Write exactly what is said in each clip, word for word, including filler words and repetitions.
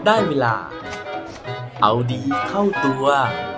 ได้เวลาเอาดีเข้าตัว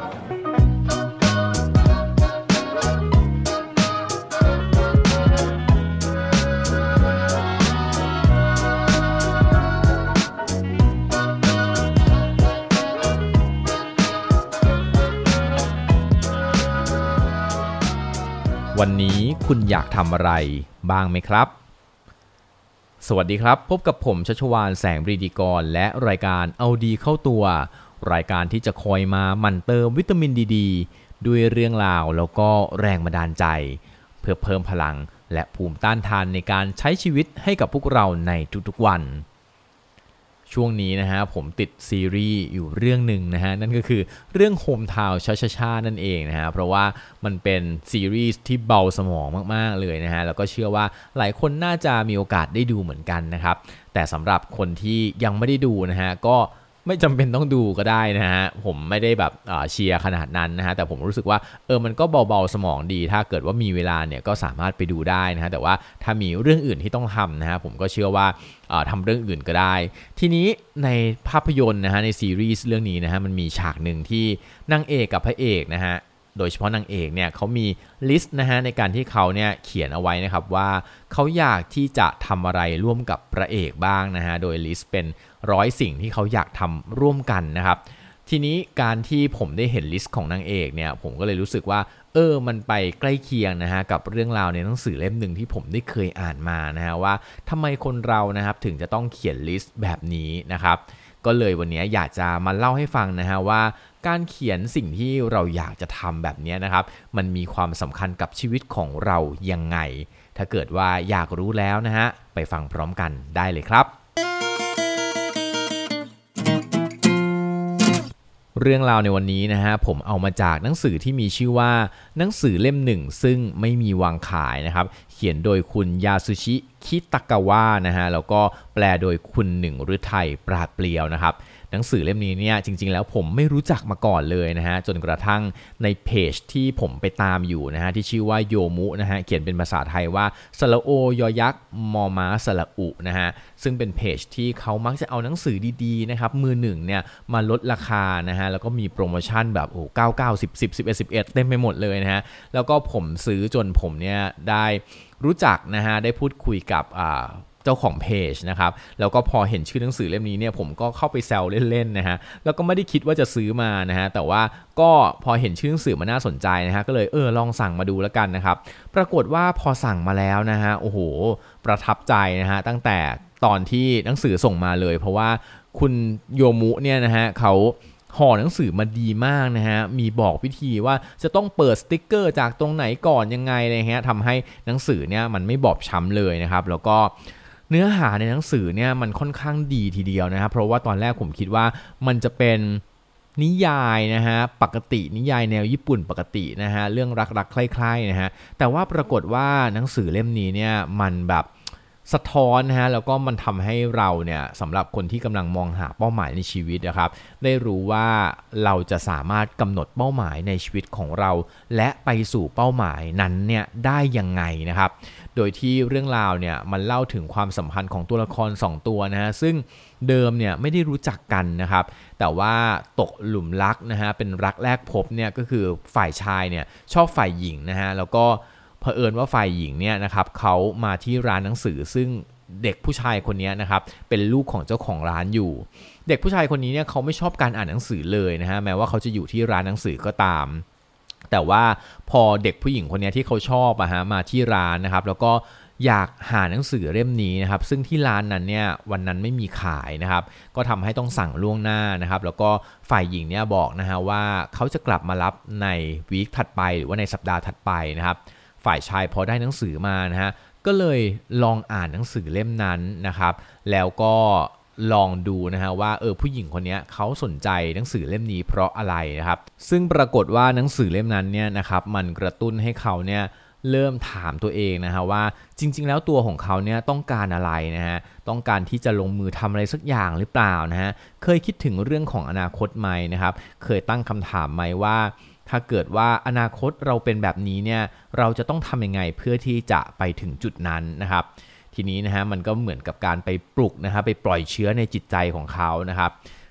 วันนี้คุณอยากทำอะไรบ้างไหมครับสวัสดีครับพบกับผมชัชวาลแสงปรีดีกรและรายการเอาดีเข้าตัวรายการที่จะคอยมาหมั่นเติมวิตามินดีดีด้วยเรื่องราวแล้วก็แรงบันดาลใจเพื่อเพิ่มพลังและภูมิต้านทานในการใช้ชีวิตให้กับพวกเราในทุกๆวันช่วงนี้นะฮะผมติดซีรีส์อยู่เรื่องหนึ่งนะฮะนั่นก็คือเรื่องโฮมทาวน์ชาชาชานั่นเองนะฮะเพราะว่ามันเป็นซีรีส์ที่เบาสมองมากๆเลยนะฮะแล้วก็เชื่อว่าหลายคนน่าจะมีโอกาสได้ดูเหมือนกันนะครับแต่สำหรับคนที่ยังไม่ได้ดูนะฮะก็ไม่จำเป็นต้องดูก็ได้นะฮะผมไม่ได้แบบเชียร์ขนาดนั้นนะฮะแต่ผมรู้สึกว่าเออมันก็เบาๆสมองดีถ้าเกิดว่ามีเวลาเนี่ยก็สามารถไปดูได้นะฮะแต่ว่าถ้ามีเรื่องอื่นที่ต้องทำนะฮะผมก็เชื่อว่าทำเรื่องอื่นก็ได้ทีนี้ในภาพยนตร์นะฮะในซีรีส์เรื่องนี้นะฮะมันมีฉากหนึ่งที่นางเอกกับพระเอกนะฮะโดยเฉพาะนางเอกเนี่ยเขามีลิสต์นะฮะในการที่เขาเนี่ยเขียนเอาไว้นะครับว่าเขาอยากที่จะทำอะไรร่วมกับพระเอกบ้างนะฮะโดยลิสต์เป็นร้อยสิ่งที่เขาอยากทำร่วมกันนะครับทีนี้การที่ผมได้เห็นลิสต์ของนางเอกเนี่ยผมก็เลยรู้สึกว่าเออมันไปใกล้เคียงนะฮะกับเรื่องราวในหนังสือเล่มหนึ่งที่ผมได้เคยอ่านมานะฮะว่าทำไมคนเรานะครับถึงจะต้องเขียนลิสต์แบบนี้นะครับก็เลยวันนี้อยากจะมาเล่าให้ฟังนะฮะว่าการเขียนสิ่งที่เราอยากจะทำแบบนี้นะครับมันมีความสำคัญกับชีวิตของเรายังไงถ้าเกิดว่าอยากรู้แล้วนะฮะไปฟังพร้อมกันได้เลยครับเรื่องราวในวันนี้นะฮะผมเอามาจากหนังสือที่มีชื่อว่าหนังสือเล่มหนึ่งซึ่งไม่มีวางขายนะครับเขียนโดยคุณยาสุชิคิตากาวะนะฮะแล้วก็แปลโดยคุณหนึ่งฤทัยปราดเปรียวนะครับหนังสือเล่มนี้เนี่ยจริงๆแล้วผมไม่รู้จักมาก่อนเลยนะฮะจนกระทั่งในเพจที่ผมไปตามอยู่นะฮะที่ชื่อว่าโยมุนะฮะเขียนเป็นภาษาไทยว่าสระโอยอยักษ์มอม้าสระอุนะฮะซึ่งเป็นเพจที่เขามักจะเอาหนังสือดีๆนะครับมือหนึ่งเนี่ยมาลดราคานะฮะแล้วก็มีโปรโมชั่นแบบโอ้เก้า เก้า สิบ สิบ สิบเอ็ด สิบเอ็ดเต็มไปหมดเลยนะฮะแล้วก็ผมซื้อจนผมเนี่ยได้รู้จักนะฮะได้พูดคุยกับอ่าเจ้าของเพจนะครับแล้วก็พอเห็นชื่อหนังสือเล่มนี้เนี่ยผมก็เข้าไปแซวเล่นๆนะฮะแล้วก็ไม่ได้คิดว่าจะซื้อมานะฮะแต่ว่าก็พอเห็นชื่อหนังสือมันน่าสนใจนะฮะก็เลยเออลองสั่งมาดูแล้วกันนะครับปรากฏว่าพอสั่งมาแล้วนะฮะโอ้โหประทับใจนะฮะตั้งแต่ตอนที่หนังสือส่งมาเลยเพราะว่าคุณโยมุเนี่ยนะฮะเขาห่อหนังสือมาดีมากนะฮะมีบอกวิธีว่าจะต้องเปิดสติ๊กเกอร์จากตรงไหนก่อนยังไงอะไรเงี้ยทำให้หนังสือเนี่ยมันไม่บอบช้ำเลยนะครับแล้วก็เนื้อหาในหนังสือเนี่ยมันค่อนข้างดีทีเดียวนะครับเพราะว่าตอนแรกผมคิดว่ามันจะเป็นนิยายนะฮะปกตินิยายแนวญี่ปุ่นปกตินะฮะเรื่องรักๆใคร่ๆนะฮะแต่ว่าปรากฏว่าหนังสือเล่มนี้เนี่ยมันแบบสะท้อนนะฮะแล้วก็มันทำให้เราเนี่ยสำหรับคนที่กำลังมองหาเป้าหมายในชีวิตนะครับได้รู้ว่าเราจะสามารถกำหนดเป้าหมายในชีวิตของเราและไปสู่เป้าหมายนั้นเนี่ยได้ยังไงนะครับโดยที่เรื่องราวเนี่ยมันเล่าถึงความสัมพันธ์ของตัวละครสองตัวนะฮะซึ่งเดิมเนี่ยไม่ได้รู้จักกันนะครับแต่ว่าตกหลุมรักนะฮะเป็นรักแรกพบเนี่ยก็คือฝ่ายชายเนี่ยชอบฝ่ายหญิงนะฮะแล้วก็เผอิญว่าฝ่ายหญิงเนี่ยนะครับเขามาที่ร้านหนังสือซึ่งเด็กผู้ชายคนนี้นะครับเป็นลูกของเจ้าของร้านอยู่เด็กผู้ชายคนนี้เนี่ยเขาไม่ชอบการอ่านหนังสือเลยนะฮะแม้ว่าเขาจะอยู่ที่ร้านหนังสือก็ตามแต่ว่าพอเด็กผู้หญิงคนนี้ที่เขาชอบอะฮะมาที่ร้านนะครับแล้วก็อยากหาหนังสือเล่มนี้นะครับซึ่งที่ร้านนั้นเนี่ยวันนั้นไม่มีขายนะครับก็ทำให้ต้องสั่งล่วงหน้านะครับแล้วก็ฝ่ายหญิงเนี่ยบอกนะฮะว่าเขาจะกลับมารับในวีคถัดไปหรือว่าในสัปดาห์ถัดไปนะครับฝ่ายชายพอได้หนังสือมานะฮะก็เลยลองอ่านหนังสือเล่มนั้นนะครับแล้วก็ลองดูนะฮะว่าเออผู้หญิงคนนี้เขาสนใจหนังสือเล่มนี้เพราะอะไรนะครับซึ่งปรากฏว่าหนังสือเล่มนั้นเนี่ยนะครับมันกระตุ้นให้เขาเนี่ยเริ่มถามตัวเองนะฮะว่าจริงๆแล้วตัวของเขาเนี่ยต้องการอะไรนะฮะต้องการที่จะลงมือทำอะไรสักอย่างหรือเปล่านะฮะเคยคิดถึงเรื่องของอนาคตไหมนะครับเคยตั้งคำถามไหมว่าถ้าเกิดว่าอนาคตเราเป็นแบบนี้เนี่ยเราจะต้องทำยังไงเพื่อที่จะไปถึงจุดนั้นนะครับทีนี้นะฮะมันก็เหมือนกับการไปปลุกนะฮะไปปล่อยเชื้อในจิตใจของเขานะครับ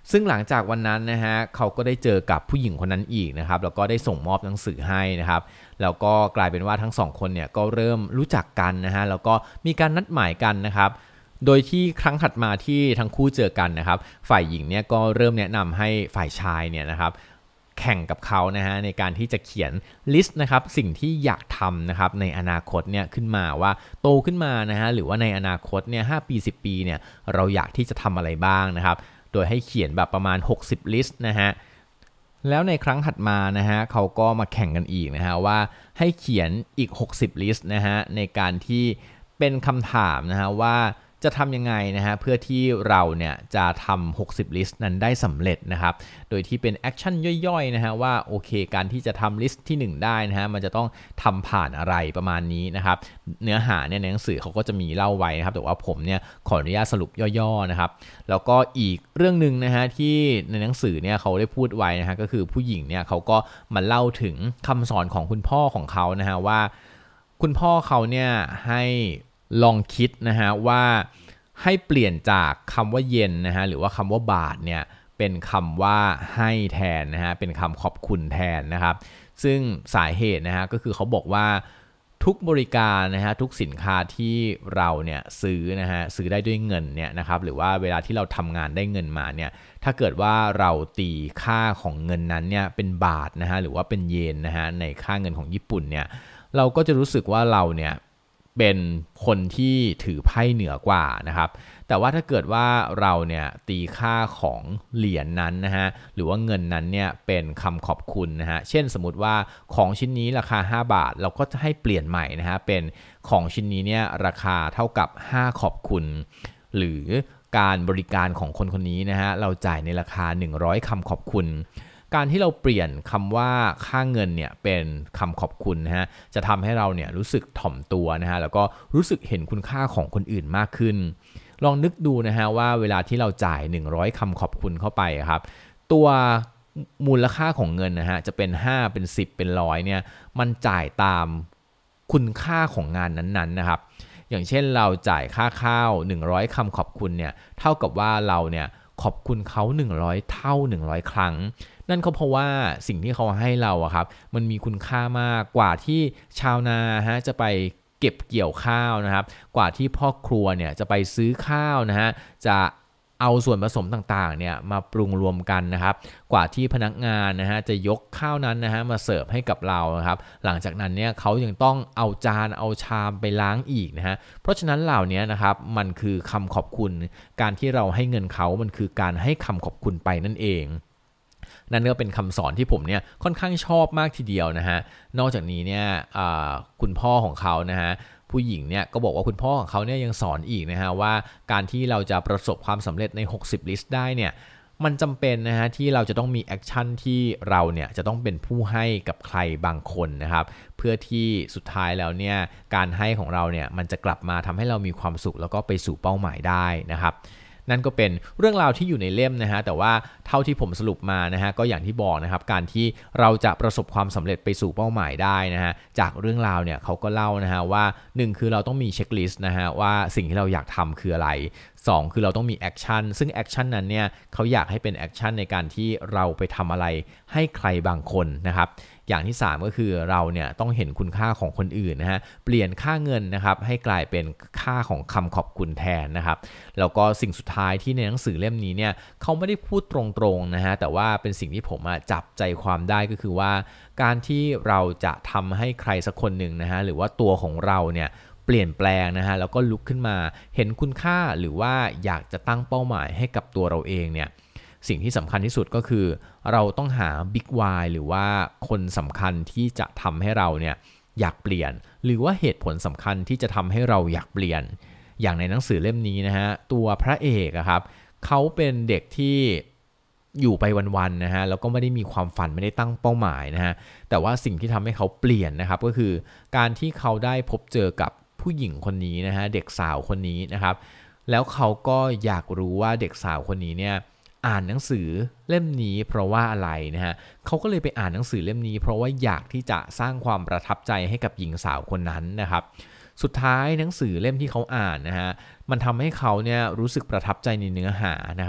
ซึ่งหลังจากวันนั้นนะฮะเขาก็ได้เจอกับผู้หญิงคนนั้นอีกนะครับแล้วก็ได้ส่งมอบหนังสือให้นะครับแล้วก็กลายเป็นว่าทั้งสองคนเนี่ยก็เริ่มรู้จักกันนะฮะแล้วก็มีการนัดหมายกันนะครับโดยที่ครั้งถัดมาที่ทั้งคู่เจอกันนะครับฝ่ายหญิงเนี่ยก็เริ่มแนะนำให้ฝ่ายชายเนี่ยนะครับแข่งกับเขานะฮะในการที่จะเขียนลิสต์นะครับสิ่งที่อยากทำนะครับในอนาคตเนี่ยขึ้นมาว่าโตขึ้นมานะฮะหรือว่าในอนาคตเนี่ยห้าปีสิบปีเนี่ยเราอยากที่จะทำอะไรบ้างนะครับโดยให้เขียนแบบประมาณหกสิบลิสต์นะฮะแล้วในครั้งถัดมานะฮะเขาก็มาแข่งกันอีกนะฮะว่าให้เขียนอีกหกสิบลิสต์นะฮะในการที่เป็นคำถามนะฮะว่าจะทำยังไงนะฮะเพื่อที่เราเนี่ยจะทำหกสิบลิสต์นั้นได้สำเร็จนะครับโดยที่เป็นแอคชั่นย่อยๆนะฮะว่าโอเคการที่จะทำลิสต์ที่หนึ่งได้นะฮะมันจะต้องทำผ่านอะไรประมาณนี้นะครับเนื้อหาเนี่ยในหนังสือเขาก็จะมีเล่าไว้นะครับแต่ว่าผมเนี่ยขออนุญาตสรุปย่อๆนะครับแล้วก็อีกเรื่องนึงนะฮะที่ในหนังสือเนี่ยเขาได้พูดไว้นะฮะก็คือผู้หญิงเนี่ยเขาก็มาเล่าถึงคำสอนของคุณพ่อของเขานะฮะว่าคุณพ่อเขาเนี่ยให้ลองคิดนะฮะว่าให้เปลี่ยนจากคำว่าเย็นนะฮะหรือว่าคำว่าบาทเนี่ยเป็นคำว่าให้แทนนะฮะเป็นคำขอบคุณแทนนะครับซึ่งสาเหตุนะฮะก็คือเขาบอกว่าทุกบริการนะฮะทุกสินค้าที่เราเนี่ยซื้อนะฮะซื้อได้ด้วยเงินเนี่ยนะครับหรือว่าเวลาที่เราทำงานได้เงินมาเนี่ยถ้าเกิดว่าเราตีค่าของเงินนั้นเนี่ยเป็นบาทนะฮะหรือว่าเป็นเยนนะฮะในค่าเงินของญี่ปุ่นเนี่ยเราก็จะรู้สึกว่าเราเนี่ยเป็นคนที่ถือไพ่เหนือกว่านะครับแต่ว่าถ้าเกิดว่าเราเนี่ยตีค่าของเหรียญ น, นั้นนะฮะหรือว่าเงินนั้นเนี่ยเป็นคำขอบคุณนะฮะเช่นสมมติว่าของชิ้นนี้ราคาห้าบาทเราก็จะให้เปลี่ยนใหม่นะฮะเป็นของชิ้นนี้เนี่ยราคาเท่ากับห้าขอบคุณหรือการบริการของคนคนนี้นะฮะเราจ่ายในราคาหนึ่งร้อยคำขอบคุณการที่เราเปลี่ยนคำว่าค่าเงินเนี่ยเป็นคำขอบคุณนะฮะจะทำให้เราเนี่ยรู้สึกถ่อมตัวนะฮะแล้วก็รู้สึกเห็นคุณค่าของคนอื่นมากขึ้นลองนึกดูนะฮะว่าเวลาที่เราจ่ายหนึ่งร้อยคำขอบคุณเข้าไปครับตัวมูลค่าของเงินนะฮะจะเป็นห้าเป็นสิบเป็นร้อยเนี่ยมันจ่ายตามคุณค่าของงานนั้นๆนะครับอย่างเช่นเราจ่ายค่าข้าวหนึ่งร้อยคำขอบคุณเนี่ยเท่ากับว่าเราเนี่ยขอบคุณเขาหนึ่งร้อยเท่าหนึ่งร้อยครั้งนั่นก็เพราะว่าสิ่งที่เขาให้เราอะครับมันมีคุณค่ามากกว่าที่ชาวนาฮะจะไปเก็บเกี่ยวข้าวนะครับกว่าที่พ่อครัวเนี่ยจะไปซื้อข้าวนะฮะจะเอาส่วนผสมต่างๆเนี่ยมาปรุงรวมกันนะครับกว่าที่พนักงานนะฮะจะยกข้าวนั้นนะฮะมาเสิร์ฟให้กับเรานะครับหลังจากนั้นเนี่ยเขายังต้องเอาจานเอาชามไปล้างอีกนะฮะเพราะฉะนั้นเหล่านี้นะครับมันคือคำขอบคุณการที่เราให้เงินเขามันคือการให้คำขอบคุณไปนั่นเองนั่นก็เป็นคำสอนที่ผมเนี่ยค่อนข้างชอบมากทีเดียวนะฮะนอกจากนี้เนี่ยคุณพ่อของเขานะฮะผู้หญิงเนี่ยก็บอกว่าคุณพ่อของเขาเนี่ยยังสอนอีกนะฮะว่าการที่เราจะประสบความสำเร็จในหกสิบลิสต์ได้เนี่ยมันจำเป็นนะฮะที่เราจะต้องมีแอคชั่นที่เราเนี่ยจะต้องเป็นผู้ให้กับใครบางคนนะครับเพื่อที่สุดท้ายแล้วเนี่ยการให้ของเราเนี่ยมันจะกลับมาทำให้เรามีความสุขแล้วก็ไปสู่เป้าหมายได้นะครับนั่นก็เป็นเรื่องราวที่อยู่ในเล่มนะฮะแต่ว่าเท่าที่ผมสรุปมานะฮะก็อย่างที่บอกนะครับการที่เราจะประสบความสำเร็จไปสู่เป้าหมายได้นะฮะจากเรื่องราวเนี่ยเขาก็เล่านะฮะว่าหนึ่งคือเราต้องมีเช็คลิสต์นะฮะว่าสิ่งที่เราอยากทำคืออะไรสองคือเราต้องมีแอคชั่นซึ่งแอคชั่นนั้นเนี่ยเขาอยากให้เป็นแอคชั่นในการที่เราไปทำอะไรให้ใครบางคนนะครับอย่างที่สามก็คือเราเนี่ยต้องเห็นคุณค่าของคนอื่นนะฮะเปลี่ยนค่าเงินนะครับให้กลายเป็นค่าของคำขอบคุณแทนนะครับแล้วก็สิ่งสุดท้ายที่ในหนังสือเล่มนี้เนี่ยเขาไม่ได้พูดตรงๆนะฮะแต่ว่าเป็นสิ่งที่ผมจับใจความได้ก็คือว่าการที่เราจะทำให้ใครสักคนหนึ่งนะฮะหรือว่าตัวของเราเนี่ยเปลี่ยนแปลงนะฮะแล้วก็ลุกขึ้นมาเห็นคุณค่าหรือว่าอยากจะตั้งเป้าหมายให้กับตัวเราเองเนี่ยสิ่งที่สำคัญที่สุดก็คือเราต้องหา Big Why หรือว่าคนสำคัญที่จะทำให้เราเนี่ยอยากเปลี่ยนหรือว่าเหตุผลสำคัญที่จะทำให้เราอยากเปลี่ยนอย่างในหนังสือเล่มนี้นะฮะตัวพระเอกอะครับเขาเป็นเด็กที่อยู่ไปวันๆนะฮะแล้วก็ไม่ได้มีความฝันไม่ได้ตั้งเป้าหมายนะฮะแต่ว่าสิ่งที่ทำให้เขาเปลี่ยนนะครับก็คือการที่เขาได้พบเจอกับผู้หญิงคนนี้นะฮะเด็กสาวคนนี้นะครับแล้วเขาก็อยากรู้ว่าเด็กสาวคนนี้เนี่ยอ่านหนังสือเล่มนี้เพราะว่าอะไรนะฮะเขาก็เลยไปอ่านหนังสือเล่มนี้เพราะว่าอยากที่จะสร้างความประทับใจให้กับหญิงสาวคนนั้นนะครับสุดท้ายหนังสือเล่มที่เขาอ่านนะฮะมันทำให้เขาเนี่ยรู้สึกประทับใจในเนื้อหานะครับ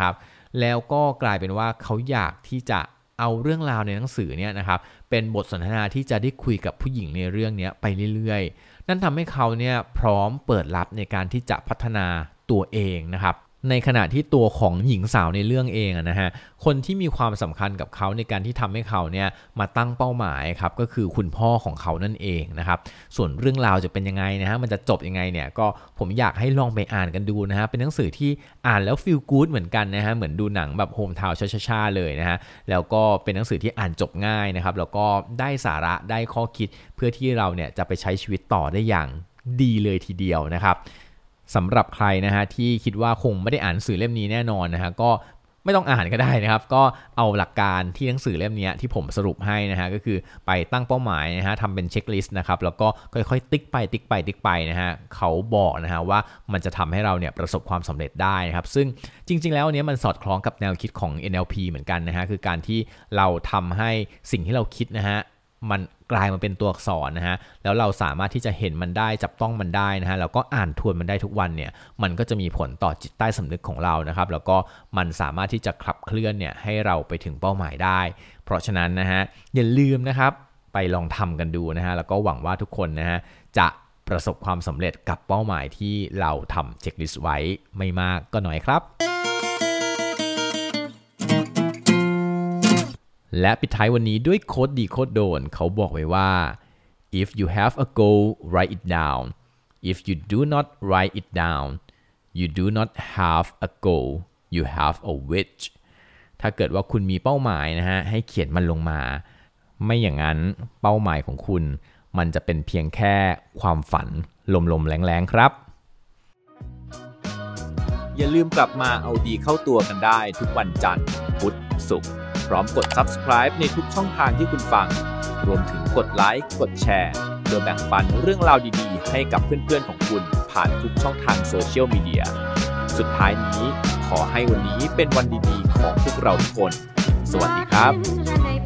แล้วก็กลายเป็นว่าเขาอยากที่จะเอาเรื่องราวในหนังสือเนี่ยนะครับเป็นบทสนทนาที่จะได้คุยกับผู้หญิงในเรื่องนี้ไปเรื่อยๆนั่นทำให้เขาเนี่ยพร้อมเปิดรับในการที่จะพัฒนาตัวเองนะครับในขณะที่ตัวของหญิงสาวในเรื่องเองนะฮะคนที่มีความสำคัญกับเขาในการที่ทำให้เขาเนี่ยมาตั้งเป้าหมายครับก็คือคุณพ่อของเขานั่นเองนะครับส่วนเรื่องราวจะเป็นยังไงนะฮะมันจะจบยังไงเนี่ยก็ผมอยากให้ลองไปอ่านกันดูนะฮะเป็นหนังสือที่อ่านแล้วฟีลกู๊ดเหมือนกันนะฮะเหมือนดูหนังแบบโฮมทาวน์ช้าๆเลยนะฮะแล้วก็เป็นหนังสือที่อ่านจบง่ายนะครับแล้วก็ได้สาระได้ข้อคิดเพื่อที่เราเนี่ยจะไปใช้ชีวิตต่อได้อย่างดีเลยทีเดียวนะครับสำหรับใครนะฮะที่คิดว่าคงไม่ได้อ่านหนังสือเล่มนี้แน่นอนนะฮะก็ไม่ต้องอ่านก็ได้นะครับก็เอาหลักการที่หนังสือเล่มนี้ที่ผมสรุปให้นะฮะก็คือไปตั้งเป้าหมายนะฮะทำเป็นเช็คลิสต์นะครับแล้วก็ค่อยๆติ๊กไปติ๊กไปติ๊กไปนะฮะเขาบอกนะฮะว่ามันจะทำให้เราเนี่ยประสบความสำเร็จได้นะครับซึ่งจริงๆแล้วอันนี้มันสอดคล้องกับแนวคิดของ เอ็น แอล พี เหมือนกันนะฮะคือการที่เราทำให้สิ่งที่เราคิดนะฮะมันกลายมาเป็นตัวอักษรนะฮะแล้วเราสามารถที่จะเห็นมันได้จับต้องมันได้นะฮะแล้วก็อ่านทวนมันได้ทุกวันเนี่ยมันก็จะมีผลต่อจิตใต้สำนึกของเรานะครับแล้วก็มันสามารถที่จะขับเคลื่อนเนี่ยให้เราไปถึงเป้าหมายได้เพราะฉะนั้นนะฮะอย่าลืมนะครับไปลองทำกันดูนะฮะแล้วก็หวังว่าทุกคนนะฮะจะประสบความสำเร็จกับเป้าหมายที่เราทำเช็คลิสต์ไว้ไม่มากก็น้อยครับและปิดท้ายวันนี้ด้วยโค้ดดีโค้ดโดนเขาบอกไว้ว่า if you have a goal write it down if you do not write it down you do not have a goal you have a wish ถ้าเกิดว่าคุณมีเป้าหมายนะฮะให้เขียนมันลงมาไม่อย่างนั้นเป้าหมายของคุณมันจะเป็นเพียงแค่ความฝันลมๆแรงๆครับอย่าลืมกลับมาเอาดีเข้าตัวกันได้ทุกวันจันทร์พุธศุกร์พร้อมกด Subscribe ในทุกช่องทางที่คุณฟังรวมถึงกดไลค์กดแชร์โดยแบ่งปันเรื่องราวดีๆให้กับเพื่อนๆของคุณผ่านทุกช่องทางโซเชียลมีเดียสุดท้ายนี้ขอให้วันนี้เป็นวันดีๆของพวกเราทุกคนสวัสดีครับ